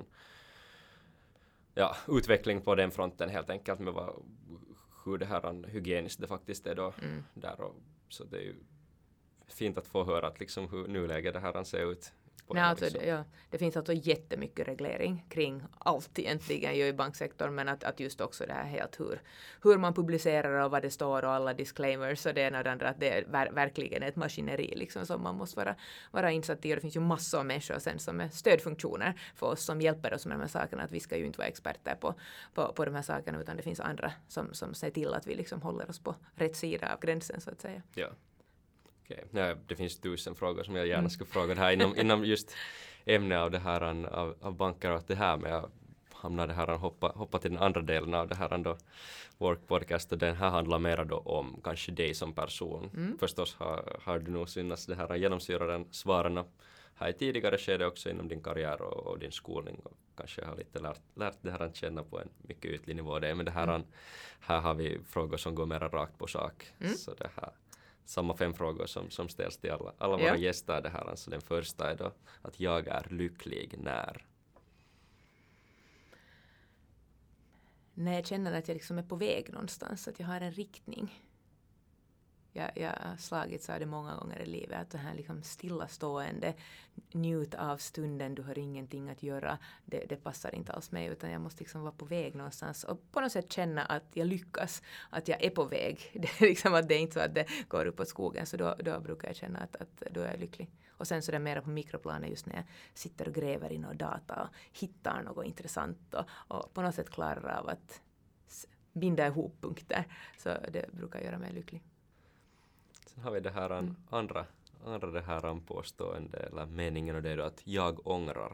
utveckling på den fronten helt enkelt med hur det här hygieniskt det faktiskt är då där, och så det är ju fint att få höra att liksom hur nuläget det här ser ut. Det finns alltså jättemycket reglering kring allt egentligen i banksektorn, men att just också det här helt hur man publicerar och vad det står och alla disclaimers och det ena och det andra, att det är verkligen ett maskineri liksom som man måste vara insatt i, och det finns ju massor av människor sen som är stödfunktioner för oss som hjälper oss med de här sakerna, att vi ska ju inte vara experter på de här sakerna, utan det finns andra som ser till att vi liksom håller oss på rätt sida av gränsen så att säga. Ja. Okay. Nej, det finns 1000 frågor som jag gärna skulle fråga det här inom just ämne av det här av banker, och det här med att hamna det här hoppa till den andra delen av det här då Work Podcast, och den här handlar mer då om kanske dig som person. Förstås har du nog synas det här genomsyrade svaren här i tidigare skede också inom din karriär och din skolning, och kanske har lite lärt det här att känna på en mycket ytlig nivå. Men det här har vi frågor som går mer rakt på sak. Så det här samma 5 frågor som ställs till alla våra gäster. Det här. Alltså den första är då att jag är lycklig när jag känner att jag liksom är på väg någonstans, att jag har en riktning. jag har slagits av det många gånger i livet, att det här liksom stillastående, njut av stunden, du har ingenting att göra, det passar inte alls mig, utan jag måste liksom vara på väg någonstans och på något sätt känna att jag lyckas, att jag är på väg. Det är liksom att det är inte så att det går upp på skogen, så då brukar jag känna att då är jag lycklig. Och sen så är det mer på mikroplanet just när jag sitter och gräver i någon data och hittar något intressant och på något sätt klarar av att binda ihop punkter, så det brukar göra mig lycklig. Sen har vi det här andra det här påstående eller meningen, och det är då att jag ångrar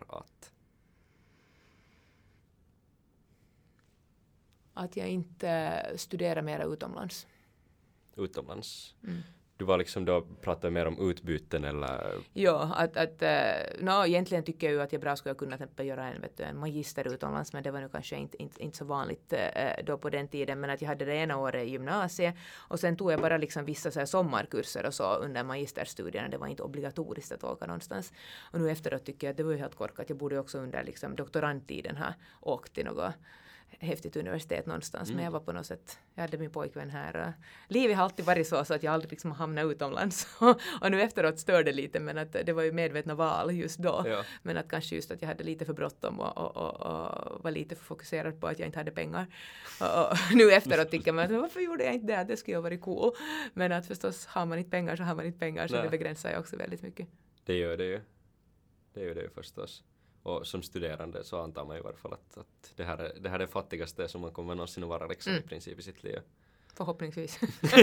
att jag inte studerar mer utomlands. Utomlands. Du var liksom då pratade mer om utbyten eller? Ja, egentligen tycker jag ju att jag bra skulle kunna göra en magister utomlands, men det var nu kanske inte så vanligt då på den tiden, men att jag hade det ena året i gymnasiet och sen tog jag bara liksom vissa så här sommarkurser och så under magisterstudierna. Det var inte obligatoriskt att åka någonstans. Och nu efteråt tycker jag att det var ju helt korkat. Jag borde också under liksom doktorandtiden ha åkt till något häftigt universitet någonstans, men jag var på något sätt, jag hade min pojkvän här och livet har alltid varit så att jag aldrig liksom hamnat utomlands och nu efteråt störde lite, men att det var ju medvetna val just då, men att kanske just att jag hade lite för bråttom och var lite för fokuserad på att jag inte hade pengar och nu efteråt tycker man att varför gjorde jag inte det skulle ju varit cool, men att förstås har man inte pengar så har man inte pengar, så det begränsar ju också väldigt mycket. Det gör det ju förstås. Och som studerande så antar man i varje fall att det här är det fattigaste som man kommer någonsin att vara liksom, i princip i sitt liv. Förhoppningsvis.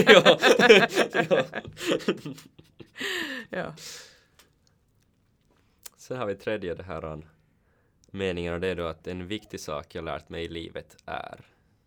Ja. Sen har vi tredje det här meningen, och det är då att en viktig sak jag lärt mig i livet är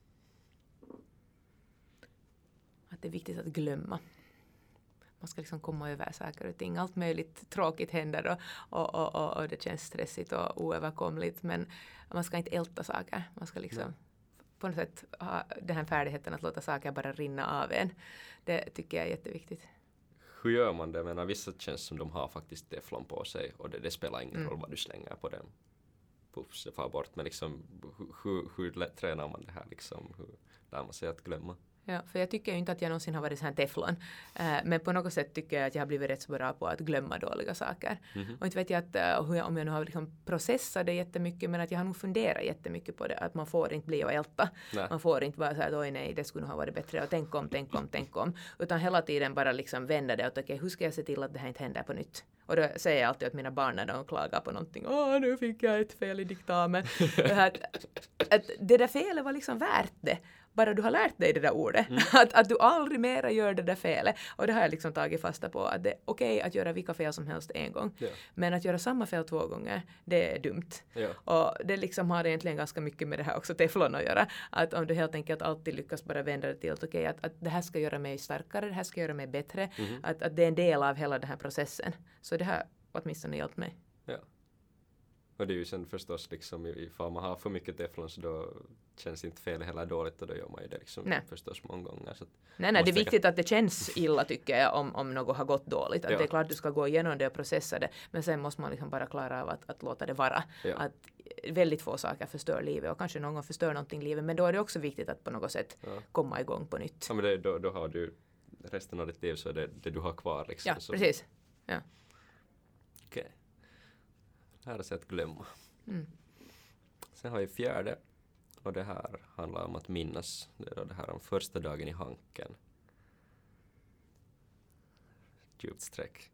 att det är viktigt att glömma. Man ska liksom komma över saker och ting. Allt möjligt tråkigt händer och det känns stressigt och oöverkomligt. Men man ska inte älta saker. Man ska liksom på något sätt ha den här färdigheten att låta saker bara rinna av en. Det tycker jag är jätteviktigt. Hur gör man det? Jag menar, vissa känns som de har faktiskt teflon på sig och det spelar ingen roll vad du slänger på den. Puffs, det far bort. Men liksom, hur tränar man det här? Liksom, hur lär man sig att glömma? Ja, för jag tycker ju inte att jag någonsin har varit så här teflon. Men på något sätt tycker jag att jag har blivit rätt så bra på att glömma dåliga saker. Och inte vet jag att om jag nu har liksom processat det jättemycket, men att jag har nog funderat jättemycket på det. Att man får inte bli och älta. Nej. Man får inte vara så här, oj nej, det skulle nog ha varit bättre. Och tänk om. Utan hela tiden bara liksom vända det. Och okej, hur ska jag se till att det här inte händer på nytt? Och då säger jag alltid åt mina barn när de klagar på någonting. Nu fick jag ett fel i diktamen. att det där felet var liksom värt det. Bara du har lärt dig det där ordet. Att du aldrig mera gör det där felet. Och det har jag liksom tagit fasta på. Att det är okej att göra vilka fel som helst en gång. Ja. Men att göra samma fel 2 gånger, det är dumt. Ja. Och det liksom har egentligen ganska mycket med det här också teflon att göra. Att om du helt enkelt alltid lyckas bara vända det till att okej, att det här ska göra mig starkare, det här ska göra mig bättre. Att det är en del av hela den här processen. Så det har åtminstone hjälpt mig. Ja. Och det är ju sen förstås liksom ifall man har för mycket teflon så då känns inte fel heller dåligt och då gör man ju det liksom förstås många gånger. Så nej, det är viktigt att det känns illa tycker jag om något har gått dåligt. Att det är klart du ska gå igenom det och processa det, men sen måste man liksom bara klara av att låta det vara. Ja. Att väldigt få saker förstör livet och kanske någon gång förstör någonting i livet, men då är det också viktigt att på något sätt komma igång på nytt. Ja, men då har du resten av ditt liv så är det du har kvar liksom. Ja, så. Precis. Ja. Okej. Lära sig att glömma. Sen har vi 4. Och det här handlar om att minnas. Det är det här om första dagen i Hanken. Djupt streck.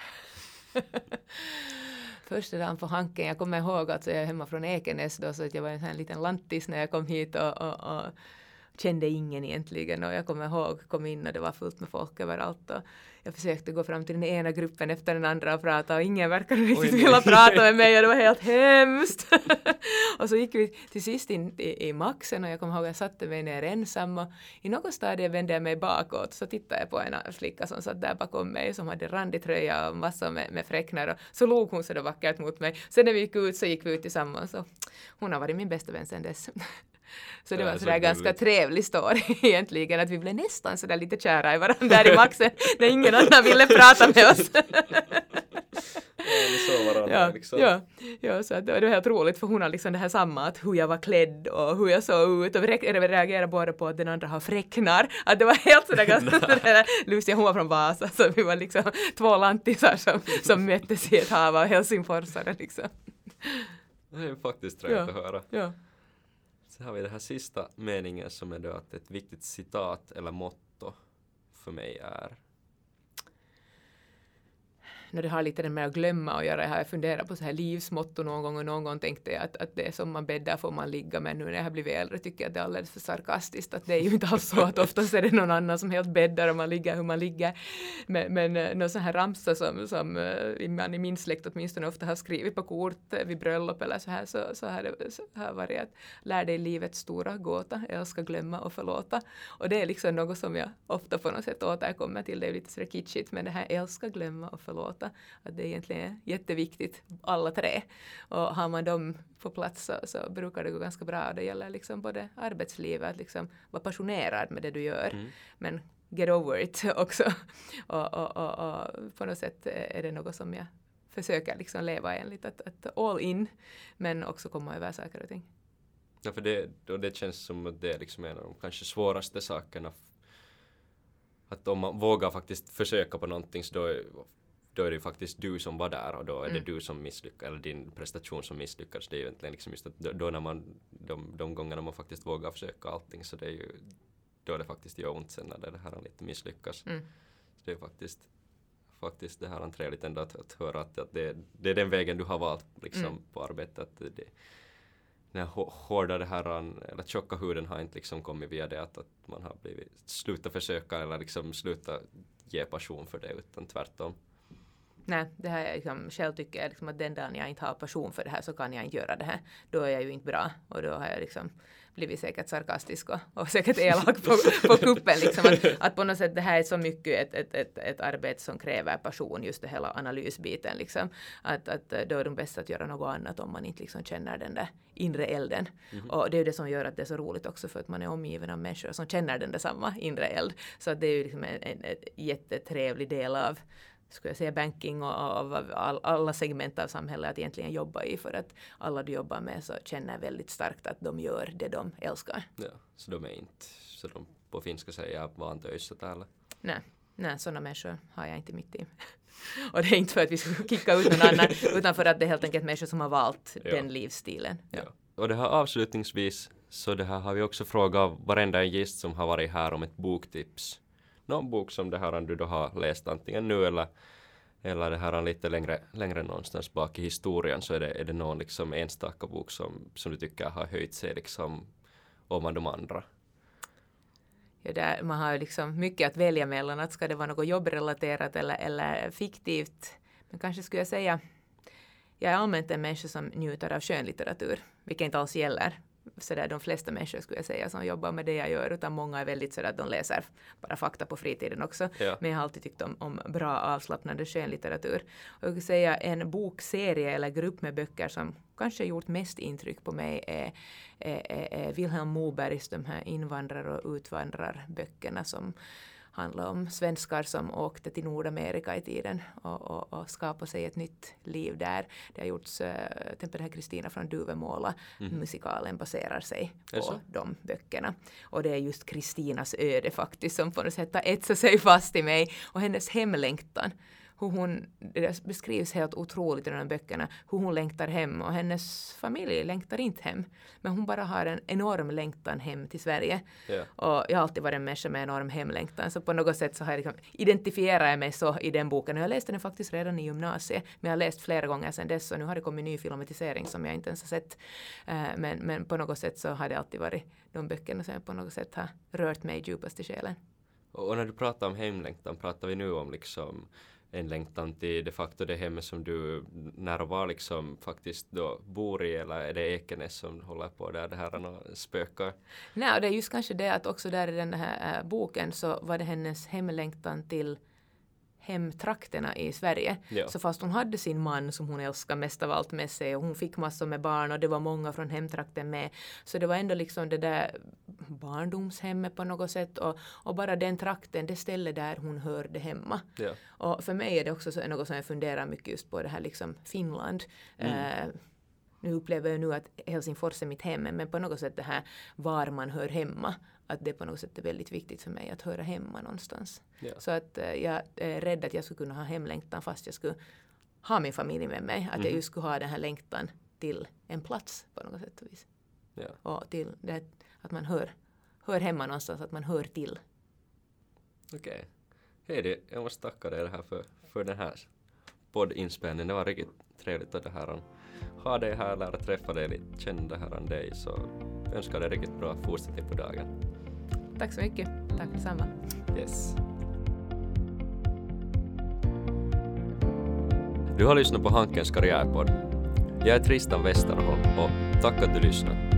Första dagen på Hanken. Jag kommer ihåg att jag är hemma från Ekenäs då, så att jag var en sån här liten lantis när jag kom hit och kände ingen egentligen. Och jag kommer ihåg, kom in och det var fullt med folk överallt. Och jag försökte gå fram till den ena gruppen efter den andra och prata och ingen verkade riktigt vilja prata med mig och det var helt hemskt. Och så gick vi till sist in i Maxen och jag kommer ihåg att jag satte mig ner ensam och i något stadie vände jag mig bakåt så tittade jag på en flicka som satt där bakom mig som hade randig tröja och massor med fräcknar och så log hon så det vackert mot mig. Sen när vi gick ut så gick vi ut tillsammans och hon har varit min bästa vän sedan dess. Så det var så sådär ganska gulligt. trevlig story egentligen, att vi blev nästan sådär lite kära i varandra där i maxen när ingen annan ville prata med oss. Ni såg varandra liksom. Ja, så att det var helt roligt för hon har liksom det här samma, att hur jag var klädd och hur jag såg ut och vi reagerade båda på att den andra har fräcknar. Att det var helt sådär ganska sådär lustiga, hon var från Vasa så vi var liksom två lantisar som möttes i ett hav av helsingforsare liksom. Det är faktiskt trevligt att höra. Ja. Så har vi den här sista meningen som är då att ett viktigt citat eller motto för mig är. När det har lite med att glömma att göra. Jag har funderat på så här livsmotto någon gång och någon gång tänkte jag att det är som man bäddar får man ligga, men nu när jag har blivit äldre tycker jag att det är alldeles för sarkastiskt, att det är ju inte alls så att oftast är det någon annan som helt bäddar och man ligger hur man ligger. Men någon sån här ramsa som man i min släkt åtminstone ofta har skrivit på kort vid bröllop eller så har varit att lär dig livets stora gåta, älska, glömma och förlåta. Och det är liksom något som jag ofta på något sätt återkommer till, det är lite så kitschigt, men det här älska, glömma och förlåta, att det är egentligen jätteviktigt, alla tre. Och har man dem på plats så brukar det gå ganska bra. Det gäller liksom både arbetslivet, att liksom vara passionerad med det du gör, men get over it också. Och på något sätt är det något som jag försöker liksom leva enligt, att all in, men också komma över saker och ting. Ja, för det känns som att det är liksom en av de kanske svåraste sakerna. Att om man vågar faktiskt försöka på någonting så då är det faktiskt du som var där och då är det du som misslyckas, eller din prestation som misslyckas. Det är ju egentligen liksom just att då när man, de gångerna man faktiskt vågar försöka allting, så det är ju, då är det faktiskt gör ont sen när det här lite misslyckas. Så det är faktiskt det här trevligt ändå att höra att det är den vägen du har valt liksom på arbetet. Att den hårda det här, eller tjocka huden har inte liksom kommit via det att man har blivit sluta försöka eller liksom sluta ge passion för det, utan tvärtom. Nej, det här är liksom, själv tycker jag liksom att den dagen jag inte har passion för det här så kan jag inte göra det här. Då är jag ju inte bra och då har jag liksom blivit säkert sarkastisk och säkert elak på kuppen. Liksom, att på något sätt det här är så mycket ett arbete som kräver passion, just det hela analysbiten. Liksom. Att då är det bäst att göra något annat om man inte liksom känner den där inre elden. Och det är ju det som gör att det är så roligt också, för att man är omgiven av människor som känner den där samma inre eld. Så att det är ju liksom en jättetrevlig del av, skulle jag säga, banking och av alla segment av samhället att egentligen jobba i, för att alla du jobbar med så känner väldigt starkt att de gör det de älskar. Ja, så de är inte, så de på finska säger vantöjsa täällä. Nej, sådana människor har jag inte i mitt team. Och det är inte för att vi ska kicka ut någon annan, utan för att det är helt enkelt människor som har valt den livsstilen. Ja. Och det här avslutningsvis, så det här har vi också frågat varenda en gäst som har varit här om ett boktips. Någon bok som det här du då har läst antingen nu eller det här lite längre någonstans bak i historien, så är det någon liksom enstaka bok som du tycker har höjt sig liksom om de andra? Ja, där man har liksom mycket att välja mellan, att ska det vara något jobbrelaterat eller fiktivt. Men kanske skulle jag säga, jag är allmänt en människa som njuter av skönlitteratur, vilket inte alls gäller sådär de flesta människor skulle jag säga som jobbar med det jag gör, utan många är väldigt sådär att de läser bara fakta på fritiden också. Ja. Men jag har alltid tyckt om bra avslappnande skönlitteratur. Och jag skulle säga en bokserie eller grupp med böcker som kanske gjort mest intryck på mig är Vilhelm Mobergs de här invandrar- och utvandrarböckerna som handlar om svenskar som åkte till Nordamerika i tiden och skapade sig ett nytt liv där. Det har gjorts, till exempel här Kristina från Duvemåla, musikalen baserar sig på de böckerna. Och det är just Kristinas öde faktiskt som på något sätt har etsat sig fast i mig, och hennes hemlängtan. Det beskrivs helt otroligt i de här böckerna, hur hon längtar hem, och hennes familj längtar inte hem. Men hon bara har en enorm längtan hem till Sverige. Yeah. Och jag har alltid varit en människa med enorm hemlängtan. Så på något sätt så har jag liksom identifierat mig så i den boken. Och jag läste den faktiskt redan i gymnasiet. Men jag har läst flera gånger sedan dess, och nu har det kommit ny filmatisering som jag inte ens har sett. Men på något sätt så har det alltid varit de böckerna som på något sätt har rört mig djupast i själen. Och när du pratar om hemlängtan, pratar vi nu om liksom en längtan till de facto det hemmet som du när och var liksom faktiskt då bor i, eller är det Ekenäs som håller på där det här spökar? Nej, och det är just kanske det att också där i den här boken så var det hennes hemlängtan till hemtrakterna i Sverige. Ja. Så fast hon hade sin man som hon älskar mest av allt med sig och hon fick massor med barn och det var många från hemtrakten med. Så det var ändå liksom det där barndomshemmet på något sätt och bara den trakten, det stället där hon hörde hemma. Ja. Och för mig är det också något som jag funderar mycket just på det här liksom Finland. Nu upplever jag nu att Helsingfors är mitt hem, men på något sätt det här var man hör hemma, att det på något sätt är väldigt viktigt för mig att höra hemma någonstans. Ja. Så att jag är rädd att jag skulle kunna ha hemlängtan fast jag skulle ha min familj med mig. Att jag just skulle ha den här längtan till en plats på något sätt och vis. Ja. Och till det, att man hör hemma någonstans, att man hör till. Okej. Heidi, jag måste tacka dig det här för den här poddinspelningen. Det var riktigt trevligt att det här ha dig här, lära träffa dig lite, känna det här om dig. Så jag önskar dig riktigt bra fortsättning på dagen. Tack så mycket. Tack detsamma. Yes. Du har lyssnat på Hankens karriärpodd. Jag är Tristan Westerholm och tack att du lyssnat.